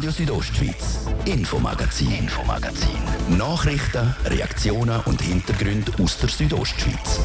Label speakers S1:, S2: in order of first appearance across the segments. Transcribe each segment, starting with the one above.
S1: Radio Südostschweiz, Infomagazin. Nachrichten, Reaktionen und Hintergründe aus der Südostschweiz.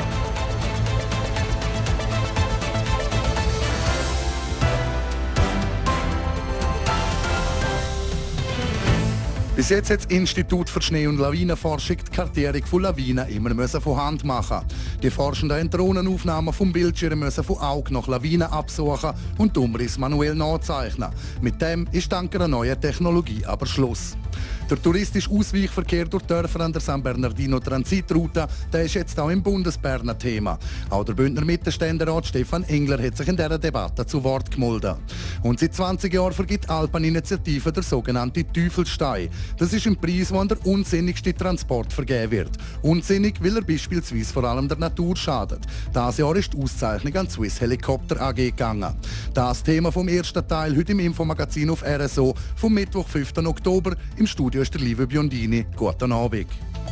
S2: Bis jetzt hat das Institut für Schnee- und Lawinenforschung die Kartierung von Lawinen immer von Hand machen. Die Forschenden haben Drohnenaufnahmen vom Bildschirm von Auge nach Lawinen absuchen und die Umrisse manuell nachzeichnen. Mit dem ist dank einer neuen Technologie aber Schluss. Der touristische Ausweichverkehr durch Dörfer an der San Bernardino Transitroute, der ist jetzt auch im Bundesberner Thema. Auch der Bündner Mittelständerat Stefan Engler hat sich in dieser Debatte zu Wort gemeldet. Und seit 20 Jahren vergibt Alpeninitiative der sogenannte Teufelstein. Das ist ein Preis, der an der unsinnigste Transport vergeben wird. Unsinnig, weil er beispielsweise vor allem der Natur schadet. Dieses Jahr ist die Auszeichnung an die Swiss Helicopter AG gegangen. Das Thema vom ersten Teil heute im Infomagazin auf RSO vom Mittwoch, 5. Oktober. Im Studio ist der liebe Biondini. Guten Abend.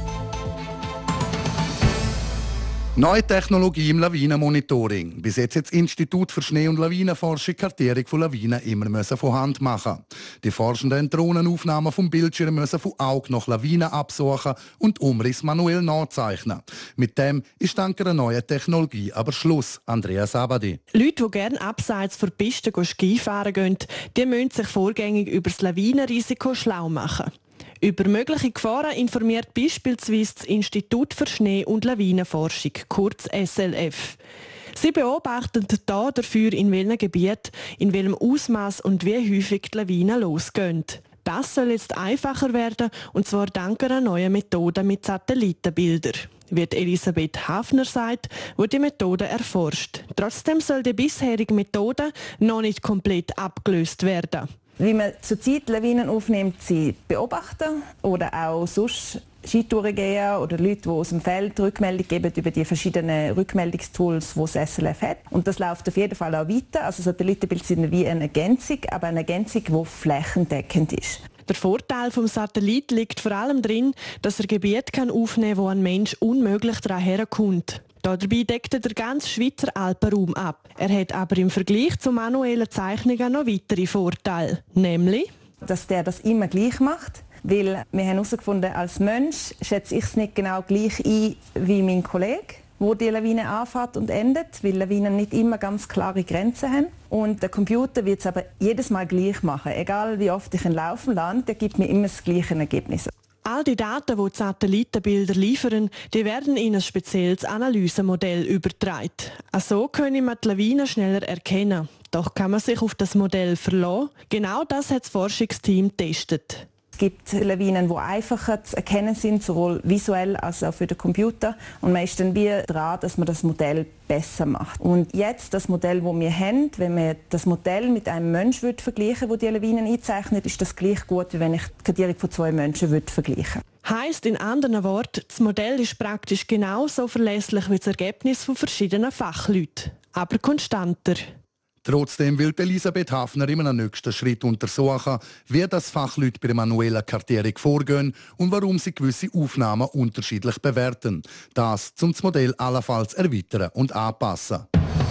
S2: Neue Technologie im Lawinenmonitoring. Bis jetzt hat das Institut für Schnee- und Lawinenforschung Kartierung von Lawinen immer von Hand machen. Die Forschenden haben Drohnenaufnahmen vom Bildschirm von Auge nach Lawinen absuchen und Umriss manuell nachzeichnen. Mit dem ist dank einer neuen Technologie aber Schluss. Andrea Sabadi.
S3: Leute, die gerne abseits der Piste Skifahren gehen, die müssen sich vorgängig über das Lawinenrisiko schlau machen. Über mögliche Gefahren informiert beispielsweise das Institut für Schnee- und Lawinenforschung, kurz SLF. Sie beobachten dafür, in welchem Gebiet, in welchem Ausmaß und wie häufig die Lawinen losgehen. Das soll jetzt einfacher werden, und zwar dank einer neuen Methode mit Satellitenbildern. Wie Elisabeth Hafner sagt, die die Methode erforscht. Trotzdem soll die bisherige Methode noch nicht komplett abgelöst werden.
S4: Wie man zurzeit Lawinen aufnimmt, sie beobachten oder auch sonst Skitouren gehen oder Leute, die aus dem Feld Rückmeldung geben über die verschiedenen Rückmeldungstools, die das SLF hat. Und das läuft auf jeden Fall auch weiter. Also Satellitenbilder sind wie eine Ergänzung, aber eine Ergänzung, die flächendeckend ist.
S3: Der Vorteil des Satelliten liegt vor allem darin, dass er Gebiete aufnehmen kann, wo ein Mensch unmöglich daran herkommt. Dabei deckt er den ganzen Schweizer Alpenraum ab. Er hat aber im Vergleich zu manuellen Zeichnungen noch weitere Vorteile. Nämlich,
S4: dass der das immer gleich macht. Weil wir haben herausgefunden, als Mensch schätze ich es nicht genau gleich ein wie mein Kollege, wo die Lawine anfängt und endet, weil Lawinen nicht immer ganz klare Grenzen haben. Und der Computer wird es aber jedes Mal gleich machen. Egal wie oft ich ihn laufen lasse, der gibt mir immer das gleiche Ergebnis.
S3: All die Daten, die die Satellitenbilder liefern, die werden in ein spezielles Analysemodell übertragen. So können wir die Lawinen schneller erkennen. Doch kann man sich auf das Modell verlassen? Genau das hat das Forschungsteam getestet.
S4: Es gibt Lawinen, die einfacher zu erkennen sind, sowohl visuell als auch für den Computer. Und man ist dann wie dran, dass man das Modell besser macht. Und jetzt das Modell, das wir haben, wenn man das Modell mit einem Menschen vergleichen würde, der die Lawinen einzeichnet, ist das gleich gut, wie wenn ich die Kartierung von 2 Menschen vergleichen würde.
S3: Heisst in anderen Worten, das Modell ist praktisch genauso verlässlich wie das Ergebnis von verschiedenen Fachleuten, aber konstanter.
S2: Trotzdem will Elisabeth Hafner in einem nächsten Schritt untersuchen, wie das Fachleute bei der manuellen Kartierung vorgehen und warum sie gewisse Aufnahmen unterschiedlich bewerten. Das, um das Modell allenfalls erweitern und anpassen.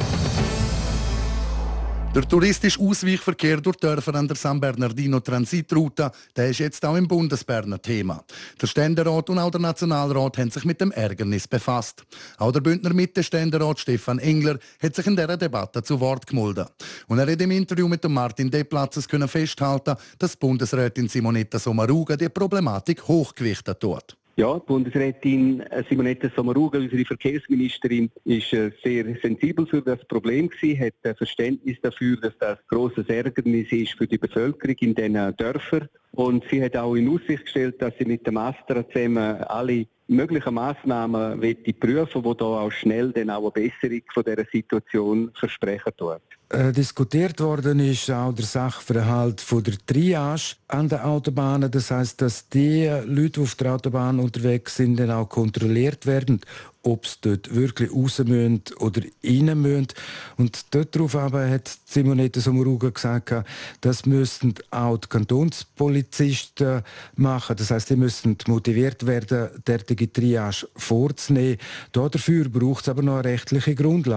S2: Der touristische Ausweichverkehr durch Dörfer an der San Bernardino Transitroute, der ist jetzt auch im Bundesberner Thema. Der Ständerat und auch der Nationalrat haben sich mit dem Ärgernis befasst. Auch der Bündner Mittelständerat Stefan Engler hat sich in dieser Debatte zu Wort gemeldet. Und er hat im Interview mit dem Martin Deplatzes festhalten, dass Bundesrätin Simonetta Sommaruga die Problematik hochgewichtet hat.
S5: Ja, die Bundesrätin Simonetta Sommaruga, unsere Verkehrsministerin, ist sehr sensibel für das Problem gewesen, hat Verständnis dafür, dass das grosses Ärgernis ist für die Bevölkerung in diesen Dörfern. Und sie hat auch in Aussicht gestellt, dass sie mit dem ASTRA zusammen alle möglichen Massnahmen prüfen, die da auch schnell dann auch eine Besserung von dieser Situation versprechen tun.
S6: Diskutiert worden ist auch der Sachverhalt von der Triage an den Autobahnen. Das heisst, dass die Leute, die auf der Autobahn unterwegs sind, dann auch kontrolliert werden, ob sie dort wirklich raus müssen oder rein müssen. Und darauf aber hat Simonetta Sommaruga gesagt, das müssten auch die Kantonspolizisten machen. Das heisst, die müssten motiviert werden, derartige Triage vorzunehmen. Dafür braucht es aber noch eine rechtliche Grundlage.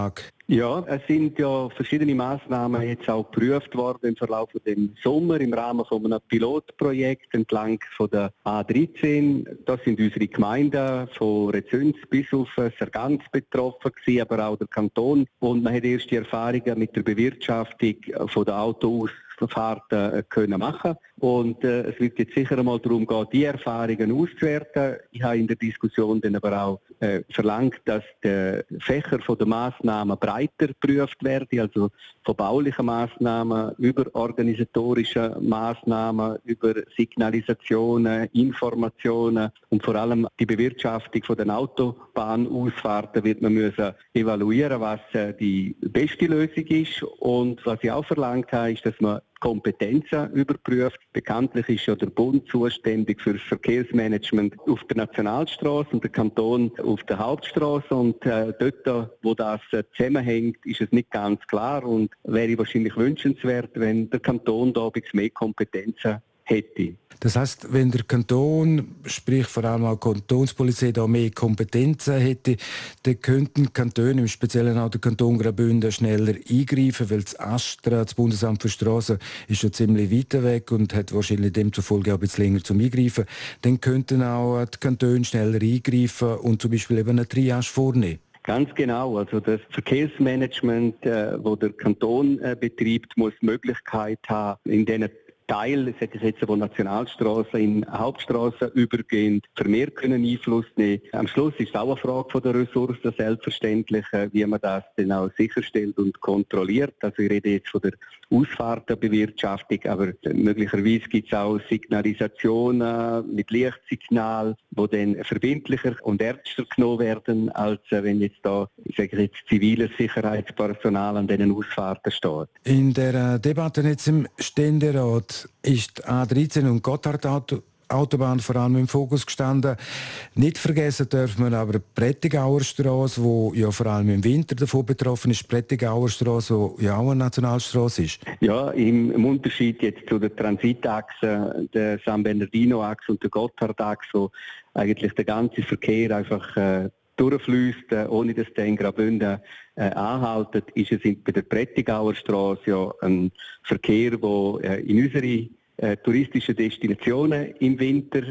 S5: Ja, es sind ja verschiedene Massnahmen jetzt auch geprüft worden im Verlauf dem Sommer im Rahmen von einem Pilotprojekt entlang von der A13. Da sind unsere Gemeinden von Rezüns bis auf Sargans betroffen gewesen, aber auch der Kanton. Und man hat erste Erfahrungen mit der Bewirtschaftung von der Autoausfahrten können machen. Und es wird jetzt sicher einmal darum gehen, die Erfahrungen auszuwerten. Ich habe in der Diskussion dann aber auch verlangt, dass die Fächer der Massnahmen breiter geprüft werden, also von baulichen Massnahmen über organisatorische Massnahmen, über Signalisationen, Informationen und vor allem die Bewirtschaftung von den Autobahnausfahrten wird man müssen evaluieren, was die beste Lösung ist. Und was ich auch verlangt habe, ist, dass man Kompetenzen überprüft. Bekanntlich ist ja der Bund zuständig für das Verkehrsmanagement auf der Nationalstraße und der Kanton auf der Hauptstraße. Und dort, wo das zusammenhängt, ist es nicht ganz klar und wäre wahrscheinlich wünschenswert, wenn der Kanton da ein bisschen mehr Kompetenzen hätte.
S6: Das heisst, wenn der Kanton, sprich vor allem auch die Kantonspolizei, da mehr Kompetenzen hätte, dann könnten Kantone, im Speziellen auch der Kanton Graubünden, schneller eingreifen, weil das ASTRA, das Bundesamt für Straßen, ist schon ziemlich weit weg und hat wahrscheinlich demzufolge auch ein bisschen länger zum Eingreifen. Dann könnten auch die Kantone schneller eingreifen und zum Beispiel eben eine Triage vornehmen.
S5: Ganz genau. Also das Verkehrsmanagement, wo der Kanton betreibt, muss die Möglichkeit haben, in diesen Teil, es hätte jetzt von Nationalstraßen in Hauptstraßen übergehend vermehrt können Einfluss nehmen. Am Schluss ist es auch eine Frage von der Ressourcen, selbstverständlich, wie man das dann auch sicherstellt und kontrolliert. Also ich rede jetzt von der Ausfahrtenbewirtschaftung, aber möglicherweise gibt es auch Signalisationen mit Lichtsignal, die dann verbindlicher und ernster genommen werden, als wenn jetzt da, ich sage jetzt, ziviles Sicherheitspersonal an diesen Ausfahrten steht.
S6: In der Debatte jetzt im Ständerat ist die A13 und Gotthard-Autobahn vor allem im Fokus gestanden. Nicht vergessen dürfen wir aber die Prättigauer Straße, die ja vor allem im Winter davon betroffen ist. Die Prättigauer Straße, die ja auch eine Nationalstraße ist.
S5: Ja, im Unterschied jetzt zu der Transitachse, der San Bernardino-Achse und der Gotthard-Achse, wo eigentlich der ganze Verkehr einfach durchfließt, ohne dass der in Graubünden anhaltet, ist es bei der Prättigauer Straße ja ein Verkehr, der in unsere touristischen Destinationen im Winter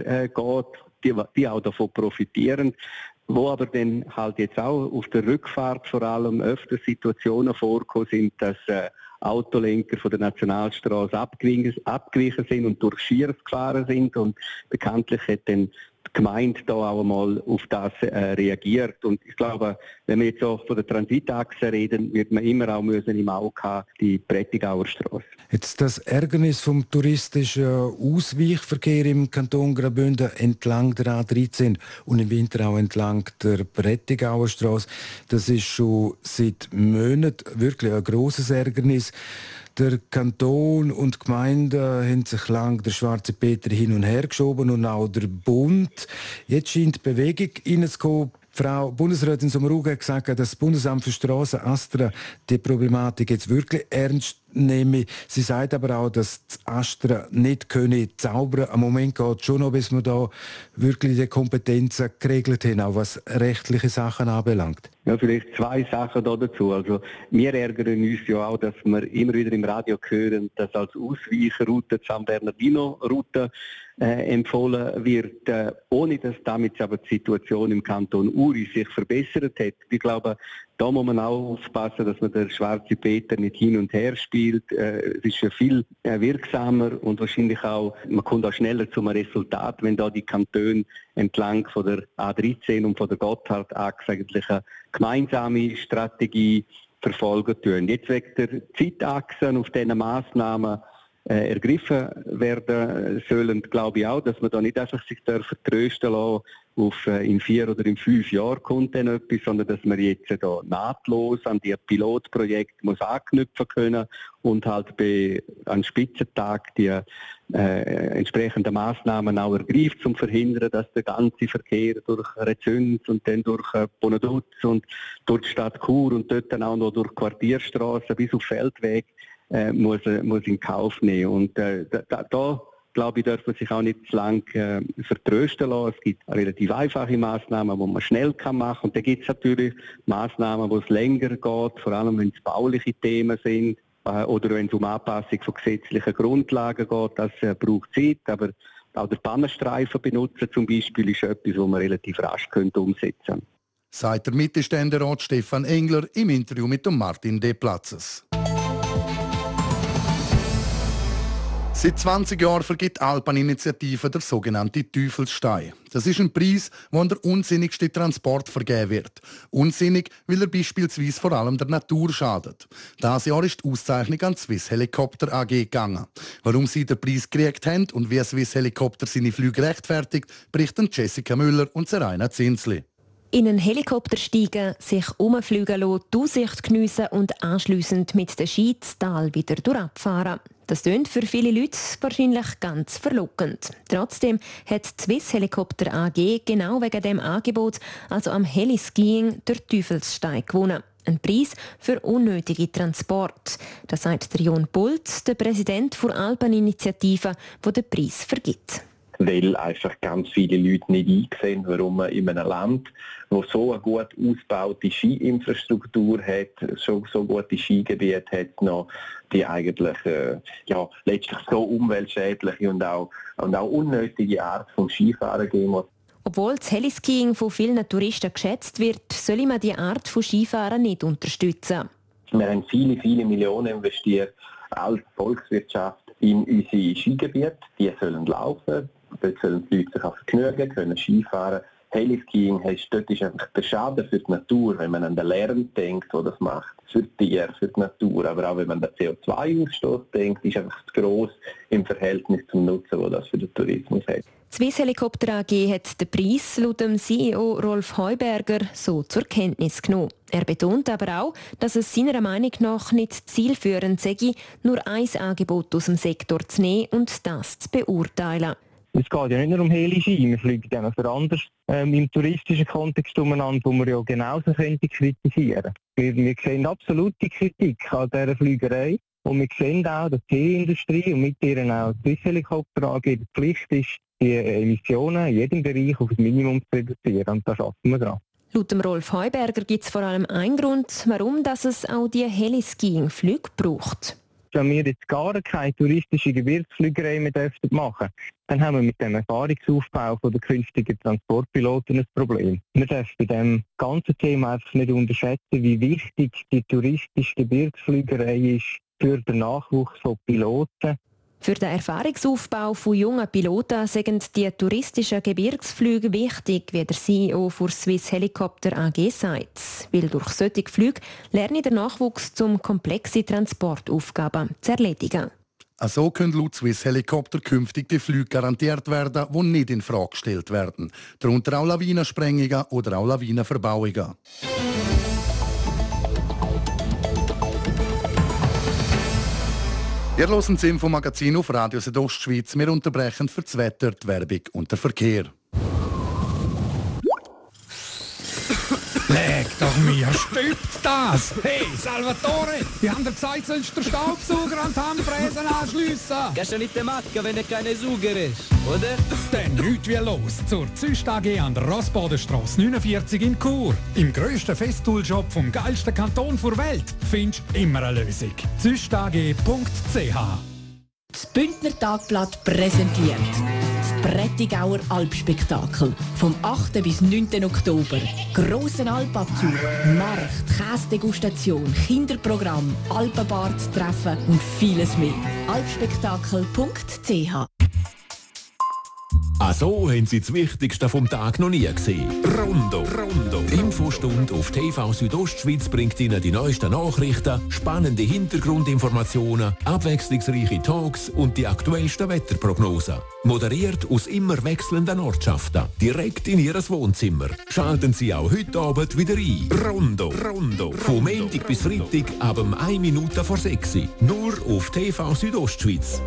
S5: geht, die auch davon profitieren. Wo aber dann halt jetzt auch auf der Rückfahrt vor allem öfter Situationen vorgekommen sind, dass Autolenker von der Nationalstraße abgewichen sind und durch Schiers gefahren sind. Und bekanntlich hat dann die Gemeinde da auch einmal auf das reagiert. Und ich glaube, wenn wir jetzt auch von der Transitachse reden, wird man immer auch müssen im Auge haben, die Prättigauer Straße.
S6: Jetzt das Ärgernis vom touristischen Ausweichverkehr im Kanton Graubünden entlang der A13 und im Winter auch entlang der Prättigauer Straße, das ist schon seit Monaten wirklich ein grosses Ärgernis. Der Kanton und die Gemeinden haben sich lang der schwarze Peter hin und her geschoben und auch der Bund. Jetzt scheint die Bewegung reinzukommen. Frau Bundesrätin Sommaruga hat gesagt, dass das Bundesamt für Straßen ASTRA die Problematik jetzt wirklich ernst nehme. Sie sagt aber auch, dass das ASTRA nicht zaubern können. Am Moment geht es schon noch, bis wir da wirklich die Kompetenzen geregelt haben, auch was rechtliche Sachen anbelangt.
S5: Ja, vielleicht zwei Sachen dazu. Also, wir ärgern uns ja auch, dass wir immer wieder im Radio hören, dass als Ausweichroute die San Bernardino-Route empfohlen wird, ohne dass damit aber die Situation im Kanton Uri sich verbessert hat. Ich glaube, da muss man auch aufpassen, dass man der schwarze Peter nicht hin und her spielt. Es ist ja viel wirksamer und wahrscheinlich auch, man kommt auch schneller zum Resultat, wenn da die Kantone entlang von der A13 und von der Gotthard-Achse eigentlich eine gemeinsame Strategie verfolgen tun. Jetzt wegen der Zeitachsen auf diesen Massnahmen ergriffen werden sollen, glaube ich auch, dass man da nicht einfach sich trösten lassen auf in 4 oder in 5 Jahren kommt dann etwas, sondern dass man jetzt da nahtlos an die Pilotprojekte muss anknüpfen können und halt an Spitzentag die entsprechenden Massnahmen auch ergreift, um zu verhindern, dass der ganze Verkehr durch Rezüns und dann durch Bonaduz und durch die Stadt Chur und dort dann auch noch durch Quartierstraßen bis auf Feldweg muss in Kauf nehmen. Und da glaube ich, darf man sich auch nicht zu lange vertrösten lassen. Es gibt relativ einfache Massnahmen, die man schnell machen kann. Und dann gibt es natürlich Massnahmen, wo es länger geht, vor allem wenn es bauliche Themen sind oder wenn es um Anpassung von gesetzlichen Grundlagen geht. Das braucht Zeit, aber auch der Pannenstreifen benutzen zum Beispiel ist etwas, was man relativ rasch umsetzen könnte.
S2: Sagt der Mittelständerat Stefan Engler im Interview mit Martin De Platzes. Seit 20 Jahren vergibt die Alpeninitiative der sogenannte Teufelsstein. Das ist ein Preis, der an der unsinnigste Transport vergeben wird. Unsinnig, weil er beispielsweise vor allem der Natur schadet. Dieses Jahr ist die Auszeichnung an die Swiss Helicopter AG gegangen. Warum sie den Preis gekriegt haben und wie Swiss Helicopter seine Flüge rechtfertigt, berichten Jessica Müller und Seraina Zinsli.
S7: In einen Helikopter steigen, sich umfliegen lassen, die Aussicht geniessen und anschliessend mit dem Ski das Tal wieder durchabfahren. Das klingt für viele Leute wahrscheinlich ganz verlockend. Trotzdem hat die Swiss Helicopter AG genau wegen dem Angebot, also am Heliskiing, den Teufelsstein gewonnen. Ein Preis für unnötige Transport. Das sagt der Jon Bult, der Präsident der Alpeninitiative, der den Preis vergibt.
S8: Weil einfach ganz viele Leute nicht einsehen, warum man in einem Land, das so eine gut ausgebaute Skiinfrastruktur hat, so gute Skigebiete hat, noch die eigentlich letztlich so umweltschädliche und auch unnötige Art von Skifahren geben muss.
S7: Obwohl das Heliskiing von vielen Touristen geschätzt wird, soll man diese Art von Skifahren nicht unterstützen.
S8: Wir haben viele Millionen investiert als Volkswirtschaft in unsere Skigebiete. Die sollen laufen. Dort sollen die Leute sich auch vergnügen, können Skifahren. Heliskiing dort ist einfach der Schaden für die Natur, wenn man an den Lärm denkt, der das macht, für die Tiere, für die Natur. Aber auch wenn man an den CO2-Ausstoß denkt, ist einfach zu gross im Verhältnis zum Nutzen, den das für den Tourismus hat.
S7: Die Swiss Helicopter AG hat den Preis laut dem CEO Rolf Heuberger so zur Kenntnis genommen. Er betont aber auch, dass es seiner Meinung nach nicht zielführend sei, nur ein Angebot aus dem Sektor zu nehmen und das zu beurteilen.
S9: Es geht ja nicht nur um Heli-Ski, wir fliegen ja noch für anders im touristischen Kontext umeinander, wo man ja genauso kritisieren könnte. Wir sehen absolute Kritik an dieser Fliegerei und wir sehen auch, dass die Heli-Industrie und mit ihr auch die Swiss Helicopter AG die Pflicht ist, die Emissionen in jedem Bereich auf das Minimum zu reduzieren, und da schaffen wir dran.
S7: Laut dem Rolf Heuberger gibt es vor allem einen Grund, warum es auch die Heliskiing-Flüge braucht.
S9: Wenn wir jetzt gar keine touristische Gebirgsflügerei mehr machen dürfen, dann haben wir mit dem Erfahrungsaufbau der künftigen Transportpiloten ein Problem. Wir dürfen bei diesem ganzen Thema einfach nicht unterschätzen, wie wichtig die touristische Gebirgsflügerei ist für den Nachwuchs von Piloten.
S7: Für den Erfahrungsaufbau von jungen Piloten sind die touristischen Gebirgsflüge wichtig, wie der CEO der Swiss Helicopter AG sagt. Weil durch solche Flüge lerne der Nachwuchs, um komplexe Transportaufgaben zu erledigen.
S2: So können laut Swiss Helicopter künftig die Flüge garantiert werden, die nicht in Frage gestellt werden. Darunter auch Lawinensprengungen oder auch Lawinenverbauungen. Wir hören das Infomagazin auf Radio Südostschweiz. Wir unterbrechen für das Wetter, die Werbung und den Verkehr.
S10: Leg doch mir, stüppt das! Hey, Salvatore, wir haben dir gesagt, sollst du den Staubsauger an die Handfräse anschliessen.
S11: Kannst du nicht machen, wenn er keine Sauger ist, oder?
S10: Dann nichts wie los zur Züst AG an der Rossbodenstrasse 49 in Chur. Im grössten Festool-Shop vom geilsten Kanton der Welt findest du immer eine Lösung. züstag.ch.
S12: Das Bündner Tagblatt präsentiert das Prättigauer Alpspektakel vom 8. bis 9. Oktober. Grossen Alpabzug, Markt, Käsedegustation, Kinderprogramm, Alpenbad-Treffen und vieles mehr. alpspektakel.ch.
S13: So haben Sie das Wichtigste vom Tag noch nie gesehen. Rondo. Die Infostunde auf TV Südostschweiz bringt Ihnen die neuesten Nachrichten, spannende Hintergrundinformationen, abwechslungsreiche Talks und die aktuellsten Wetterprognosen. Moderiert aus immer wechselnden Ortschaften, direkt in Ihr Wohnzimmer. Schalten Sie auch heute Abend wieder ein. Rondo. Von Montag bis Freitag ab 1 Minute vor 6 Uhr. Nur auf TV Südostschweiz.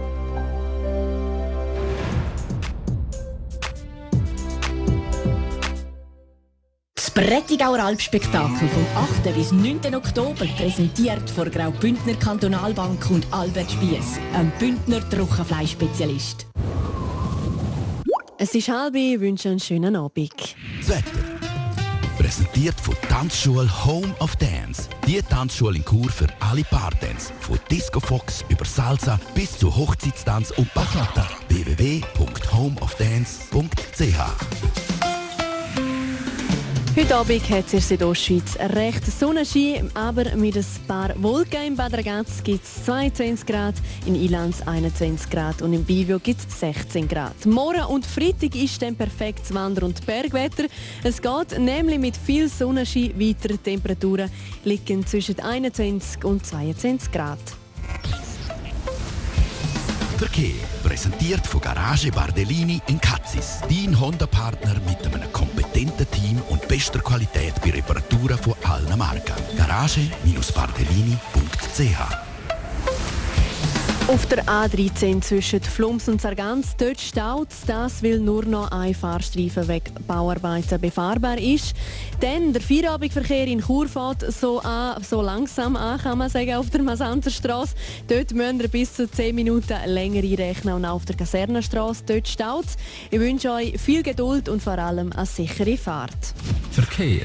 S12: Das Prättigauer Alpspektakel vom 8. bis 9. Oktober präsentiert von Graubündner Kantonalbank und Albert Spiess, einem Bündner Trockenfleischspezialist.
S3: Es ist 12:30, ich wünsche einen schönen Abend.
S1: Das Wetter. Präsentiert von Tanzschule Home of Dance. Die Tanzschule in Chur für alle Partys. Von Disco Fox über Salsa bis zu Hochzeitstanz und Bachata. www.homeofdance.ch.
S3: Heute Abend hat es in der Südostschweiz recht Sonnenschein, aber mit ein paar Wolken. Im Bad Ragaz gibt es 22 Grad, in Ilanz 21 Grad und im Bivio gibt es 16 Grad. Morgen und Freitag ist dann perfektes Wander- und Bergwetter. Es geht nämlich mit viel Sonnenschein weiter. Die Temperaturen liegen zwischen 21 und 22 Grad.
S1: Verkehr präsentiert von Garage Bardellini in Katzis. Dein Honda-Partner mit einem kompetenten Team und bester Qualität bei Reparaturen von allen Marken. Garage-bardellini.ch.
S3: Auf der A13 zwischen Flums und Sargans, dort staut es, das, weil nur noch ein Fahrstreifen wegen Bauarbeiten befahrbar ist. Dann der Feierabendverkehr in Chur fährt so langsam an, kann man sagen, auf der Masanzerstrasse. Dort müsst ihr bis zu 10 Minuten länger einrechnen und auch auf der Kasernenstrasse, dort staut es. Ich wünsche euch viel Geduld und vor allem eine sichere Fahrt.
S13: Verkehr.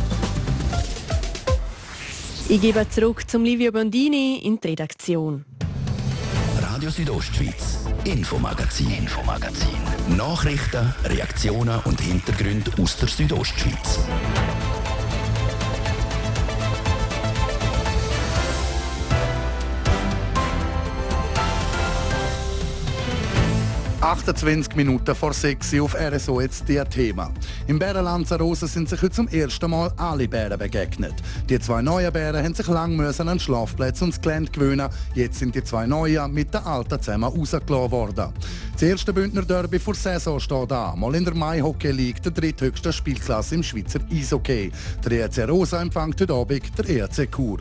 S3: Ich gebe zurück zum Livio Bondini in die Redaktion.
S1: Radio Südostschweiz, Infomagazin. Nachrichten, Reaktionen und Hintergründe aus der Südostschweiz.
S2: Minuten vor 6 Uhr auf RSO jetzt das Thema. Im Bärenlanzarosen sind sich heute zum ersten Mal alle Bären begegnet. Die 2 neuen Bären haben sich lange an den Schlafplatz und das Gelände gewöhnen. Jetzt sind die 2 neuen mit den alten zusammen rausgelassen worden. Das erste Bündner Derby vor der Saison steht an. Mal in der Mai Hockey League, der dritthöchsten Spielklasse im Schweizer Eishockey. Der ERC Rosa empfängt heute Abend der ERC Chur.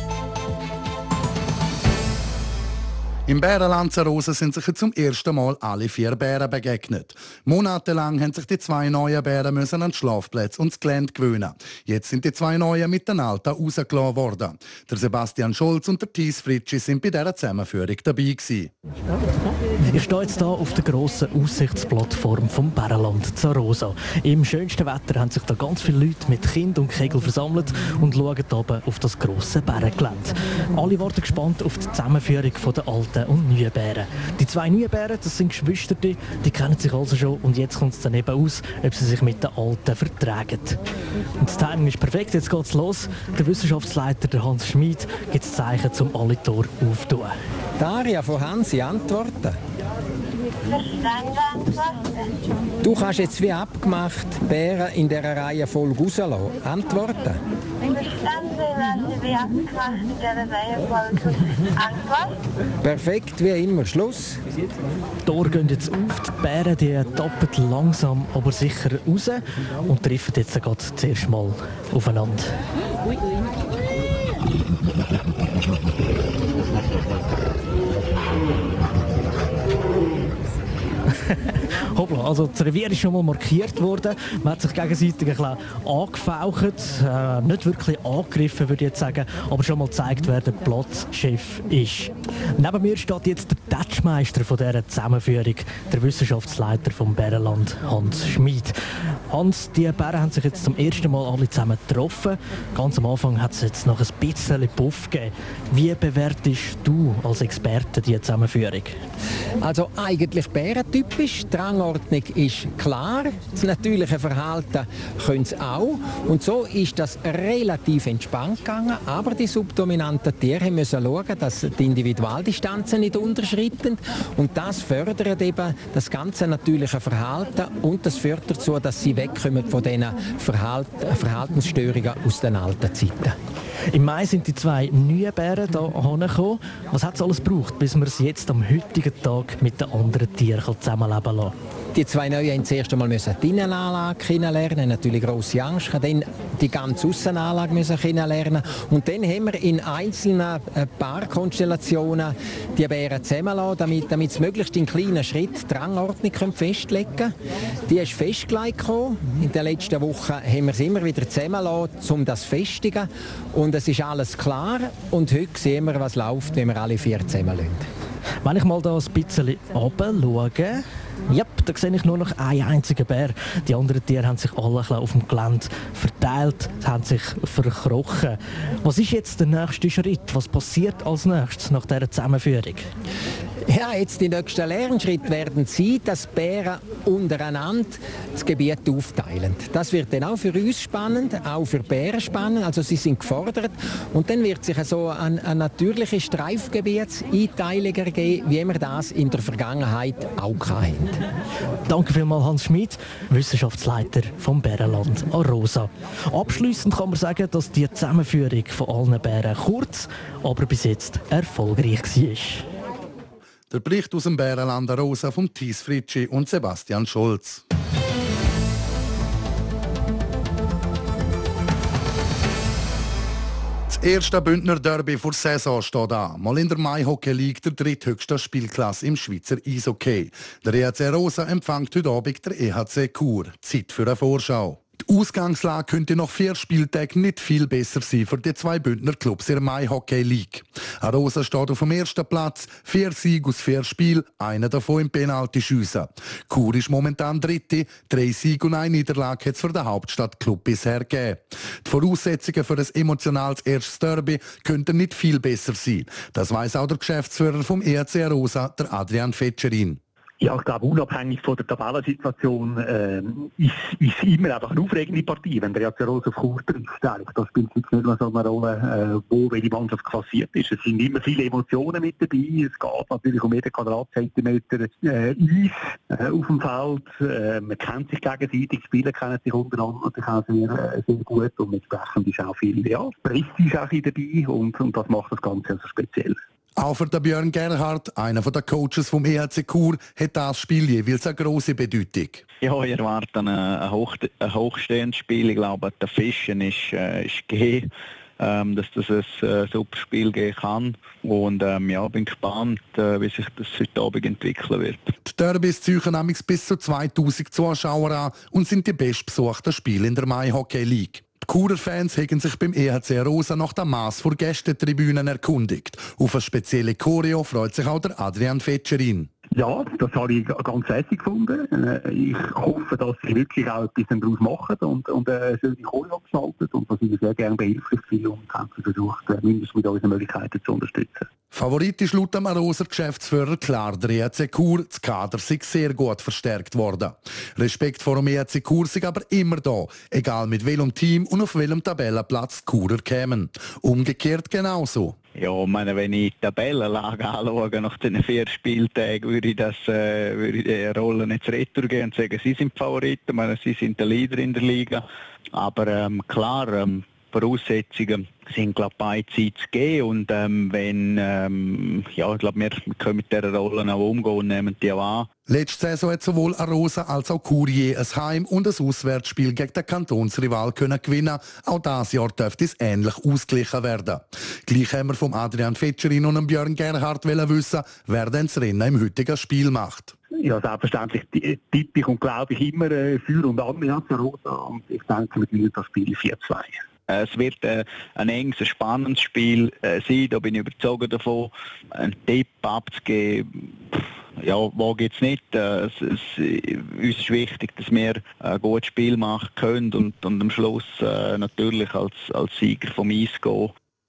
S2: Im Bärenlanzarosen sind sich zum ersten Mal alle 4 Bären begegnet. Monatelang haben sich die 2 neuen Bären an den Schlafplatz und das Gelände gewöhnen. Jetzt sind die 2 neuen mit den alten rausgelassen worden. Der Sebastian Scholz und der Thies Fritschi sind bei dieser Zusammenführung dabei gewesen.
S14: Ich stehe jetzt hier auf der grossen Aussichtsplattform vom Bärenland Zarosa. Im schönsten Wetter haben sich da ganz viele Leute mit Kind und Kegel versammelt und schauen oben auf das grosse Bärengelände. Alle warten gespannt auf die Zusammenführung der alten und neuen Bären. Die 2 neuen Bären, das sind Geschwister, die kennen sich also schon und jetzt kommt es dann eben aus, ob sie sich mit den alten vertragen. Und das Timing ist perfekt, jetzt geht's los. Der Wissenschaftsleiter, der Hans Schmid, gibt das Zeichen, um alle Tore aufzutun.
S15: Daria von Hansi antworten. Du kannst jetzt wie abgemacht Bären in dieser Reihe voll rauslassen. Antworten. Perfekt, wie immer. Schluss.
S14: Die Tore gehen jetzt auf. Die Bären die tappen langsam, aber sicher raus und treffen jetzt gerade zuerst mal aufeinander. Hoppla, also das Revier ist schon mal markiert worden. Man hat sich gegenseitig ein bisschen angefaucht. Nicht wirklich angegriffen, würde ich jetzt sagen, aber schon mal gezeigt, wer der Platzchef ist. Neben mir steht jetzt der Tatschmeister von dieser Zusammenführung, der Wissenschaftsleiter vom Bärenland, Hans Schmid. Hans, die Bären haben sich jetzt zum ersten Mal alle zusammen getroffen. Ganz am Anfang hat es jetzt noch ein bisschen Puff gegeben. Wie bewertest du als Experte diese Zusammenführung?
S15: Also eigentlich bärentypisch. Die Rangordnung ist klar. Das natürliche Verhalten können sie auch. Und so ist das relativ entspannt gegangen. Aber die subdominanten Tiere müssen schauen, dass die Individualdistanzen nicht unterschritten. Und das fördert eben das ganze natürliche Verhalten und das führt dazu, dass sie wegkommen von diesen Verhaltensstörungen aus den alten Zeiten.
S14: Im Mai sind die 2 neuen Bären hier hergekommen. Was hat es alles gebraucht, bis wir es jetzt am heutigen Tag mit den anderen Tieren zusammenleben lassen?
S15: Die 2 Neuen mussten zuerst einmal die Innenanlage kennenlernen, natürlich grosse Angst, dann die ganze Aussenanlage kennenlernen und dann haben wir in einzelnen Paarkonstellationen die Bären zusammenlassen, damit sie möglichst in kleinen Schritten die Rangordnung festlegen können. Die ist festgelegt gekommen. In den letzten Wochen haben wir sie immer wieder zusammengelassen, um das zu festigen. Und es ist alles klar und heute sehen wir, was läuft, wenn wir alle 4 zusammenlassen.
S14: Wenn ich mal da ein bisschen runter schaue, Ja, da sehe ich nur noch einen einzigen Bär. Die anderen Tiere haben sich alle auf dem Gelände verteilt, haben sich verkrochen. Was ist jetzt der nächste Schritt? Was passiert als nächstes nach dieser Zusammenführung?
S15: Ja, jetzt die nächsten Lernschritte werden sein, dass Bären untereinander das Gebiet aufteilen. Das wird dann auch für uns spannend, auch für Bären spannend. Also sie sind gefordert. Und dann wird sich so eine natürliche Streifgebietseinteilung ergeben, wie wir das in der Vergangenheit auch hatten.
S14: Danke vielmals, Hans Schmid, Wissenschaftsleiter vom Bärenland Arosa. Abschliessend kann man sagen, dass die Zusammenführung von allen Bären kurz, aber bis jetzt erfolgreich war.
S2: Der Bericht aus dem Bärenland Arosa von Thies Fritschi und Sebastian Scholz. Das erste Bündner Derby vor Saison steht an. Mal in der Mai Hockey League der dritthöchste Spielklasse im Schweizer Eishockey. Der EHC Arosa empfängt heute Abend der EHC Chur. Zeit für eine Vorschau. Die Ausgangslage könnte nach 4 Spieltagen nicht viel besser sein für die 2 Bündner Clubs in der Mai Hockey League. Arosa steht auf dem ersten Platz, 4 Siege aus 4 Spielen, einer davon im Penaltyschiessen. Chur ist momentan Dritte, 3 Siege und 1 Niederlage hat es für den Hauptstadtclub bisher gegeben. Die Voraussetzungen für ein emotionales erstes Derby könnten nicht viel besser sein. Das weiss auch der Geschäftsführer vom EHC Arosa, der Adrian Fetscherin.
S16: Ja, ich glaube, unabhängig von der Tabellensituation ist immer einfach eine aufregende Partie, wenn der EHC Arosa auf Chur trifft. Das spielt jetzt nicht mehr so eine Rolle, wo welche Mannschaft klassiert ist. Es sind immer viele Emotionen mit dabei. Es geht natürlich um jeden Quadratzentimeter Eis auf dem Feld. Man kennt sich gegenseitig, die Spieler kennen sich untereinander auch sehr gut. Und entsprechend ist auch viel Prestige auch dabei und das macht das Ganze also speziell.
S2: Auch für den Björn Gerhardt, einer der Coaches vom EHC Chur, hat das Spiel jeweils eine grosse Bedeutung.
S17: Ja, ich erwarte ein hochstehendes Spiel. Ich glaube, der Fischen ist gegeben, dass das ein super Spiel geben kann. Und ja, bin gespannt, wie sich das heute Abend entwickeln wird.
S2: Die Derbys ziehen nämlich bis zu 2000 Zuschauer an und sind die bestbesuchten Spiele in der Mai Hockey League. Die Churer Fans haben sich beim EHC Arosa nach dem Mass vor Gästetribünen erkundigt. Auf eine spezielle Choreo freut sich auch der Adrian Fetscherin.
S16: Ja, das habe ich ganz lässig gefunden. Ich hoffe, dass sie wirklich auch etwas daraus machen und schöne Choreo gestalten. Und da sind wir sehr gerne behilflich und haben versucht, mindestens mit unseren Möglichkeiten zu unterstützen.
S2: Favorit ist laut dem Aroser Geschäftsführer klar der EHC Chur. Das Kader ist sehr gut verstärkt worden. Respekt vor dem EHC Chur ist aber immer da, egal mit welchem Team und auf welchem Tabellenplatz die Churer kämen. Umgekehrt genauso.
S17: Ja, ich meine, wenn ich die Tabellenlage anschaue, nach den 4 Spieltagen, würde ich die Rolle nicht retour gehen und sagen, sie sind die Favoriten, ich meine, sie sind der Leader in der Liga. Aber klar, Voraussetzungen sind, glaube ich, beidseitig zu geben. Und ja, ich glaube, wir können mit dieser Rolle auch umgehen und nehmen die auch an.
S2: Letzte Saison hat sowohl Arosa als auch Chur je ein Heim- und ein Auswärtsspiel gegen den Kantonsrival können gewinnen. Auch dieses Jahr dürfte es ähnlich ausgeglichen werden. Gleich haben wir vom Adrian Fetscherin und Björn Gerhardt wissen, wer denn das Rennen im heutigen Spiel macht.
S16: Ja, selbstverständlich tippe ich und glaube ich immer für und an Arosa. Und ich denke, wir gewinnen das Spiel 4-2.
S17: Es wird ein enges, spannendes Spiel sein, da bin ich überzeugt davon. Einen Tipp abzugeben, ja, wage jetzt nicht. Uns ist wichtig, dass wir ein gutes Spiel machen können und am Schluss natürlich als Sieger vom Eis gehen.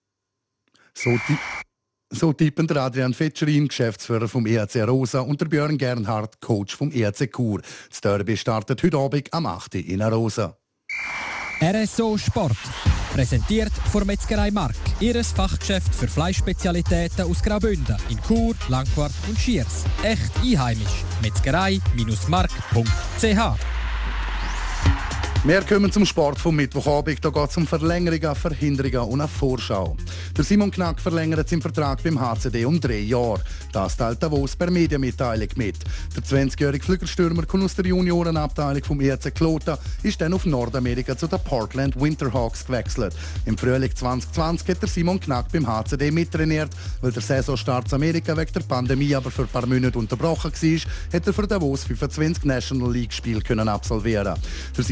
S2: So tippen der Adrian Fetscherin, Geschäftsführer vom EHC Arosa, und der Björn Gerhardt, Coach vom EHC Chur. Das Derby startet heute Abend am 8. in Arosa.
S18: RSO Sport. Präsentiert von Metzgerei Mark. Ihres Fachgeschäft für Fleischspezialitäten aus Graubünden in Chur, Langquart und Schiers. Echt einheimisch. Metzgerei-mark.ch.
S2: Wir kommen zum Sport vom Mittwochabend. Da geht es um Verlängerungen, Verhinderungen und eine Vorschau. Der Simon Knack verlängert seinen Vertrag beim HCD um 3 Jahre. Das teilt Davos per Medienmitteilung mit. Der 20-jährige Flügelstürmer kommt aus der Juniorenabteilung vom EHC Kloten, ist dann auf Nordamerika zu den Portland Winterhawks gewechselt. Im Frühling 2020 hat der Simon Knack beim HCD mittrainiert. Weil der Saisonstart in Amerika wegen der Pandemie aber für ein paar Monate unterbrochen war, hat er für Davos 25 National League Spiele absolvieren. Der Simon Knack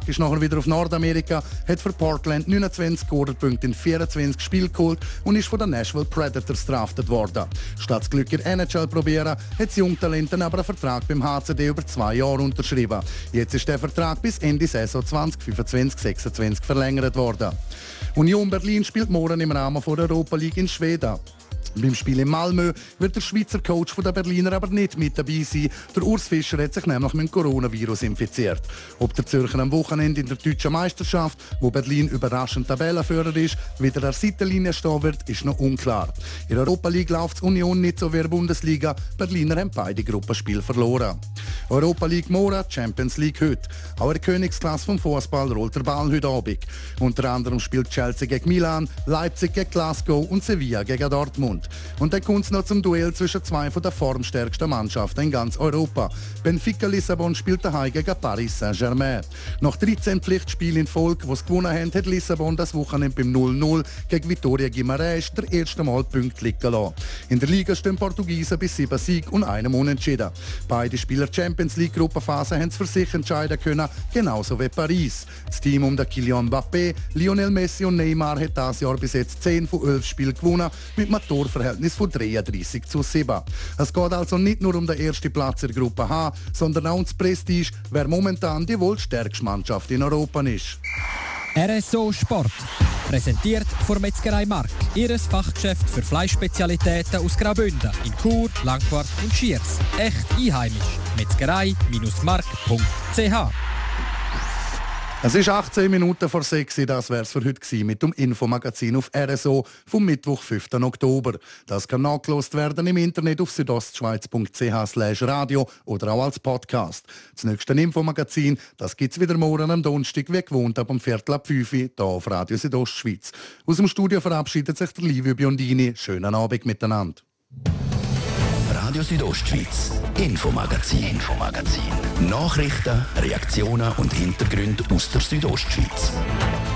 S2: Vertrag ist nachher wieder auf Nordamerika, hat für Portland 29 Scorerpunkte in 24 Spielen geholt und ist von den Nashville Predators draftet worden. Statt das Glück in NHL probieren, hat das Jungtalent aber einen Vertrag beim HCD über 2 Jahre unterschrieben. Jetzt ist der Vertrag bis Ende Saison 2025-26 verlängert worden. Union Berlin spielt morgen im Rahmen der Europa League in Schweden. Beim Spiel in Malmö wird der Schweizer Coach der Berliner aber nicht mit dabei sein. Der Urs Fischer hat sich nämlich mit dem Coronavirus infiziert. Ob der Zürcher am Wochenende in der deutschen Meisterschaft, wo Berlin überraschend Tabellenführer ist, wieder an der Seitenlinie stehen wird, ist noch unklar. In der Europa League läuft es Union nicht so wie in der Bundesliga. Berliner haben beide Gruppenspiele verloren. Europa League morgen, Champions League heute. Auch in der Königsklasse vom Fußball rollt der Ball heute Abend. Unter anderem spielt Chelsea gegen Milan, Leipzig gegen Glasgow und Sevilla gegen Dortmund. Und dann kommt es noch zum Duell zwischen zwei der formstärksten Mannschaften in ganz Europa. Benfica Lissabon spielt daheim gegen Paris Saint-Germain. Nach 13 Pflichtspielen in Folge, die sie gewonnen haben, hat Lissabon das Wochenende beim 0-0 gegen Vitória Guimarães der erste Mal Punkte liegen lassen. In der Liga stehen Portugiesen bis 7 Sieg und einem Unentschieden. Beide Spieler Champions League Gruppenphase haben es für sich entscheiden können, genauso wie Paris. Das Team um den Kylian Mbappé, Lionel Messi und Neymar hat dieses Jahr bis jetzt 10 von 11 Spielen gewonnen, mit einem Torverhältnis von 33:7. Es geht also nicht nur um den ersten Platz in der Gruppe H, sondern auch um das Prestige, wer momentan die wohl stärkste Mannschaft in Europa ist.
S18: RSO Sport. Präsentiert von Metzgerei Mark. Ihres Fachgeschäft für Fleischspezialitäten aus Graubünden in Chur, Langquart und Schiers. Echt einheimisch. Metzgerei-mark.ch.
S2: Es ist 18 Minuten vor 6 Uhr, das wär's für heute gewesen mit dem Infomagazin auf RSO vom Mittwoch, 5. Oktober. Das kann nachgelost werden im Internet auf südostschweiz.ch/radio oder auch als Podcast. Das nächste Infomagazin, das gibt's wieder morgen am Donnerstag, wie gewohnt, ab um 4:45 hier auf Radio Südostschweiz. Aus dem Studio verabschiedet sich der Livio Biondini. Schönen Abend miteinander.
S1: Radio Südostschweiz, Infomagazin. Nachrichten, Reaktionen und Hintergründe aus der Südostschweiz.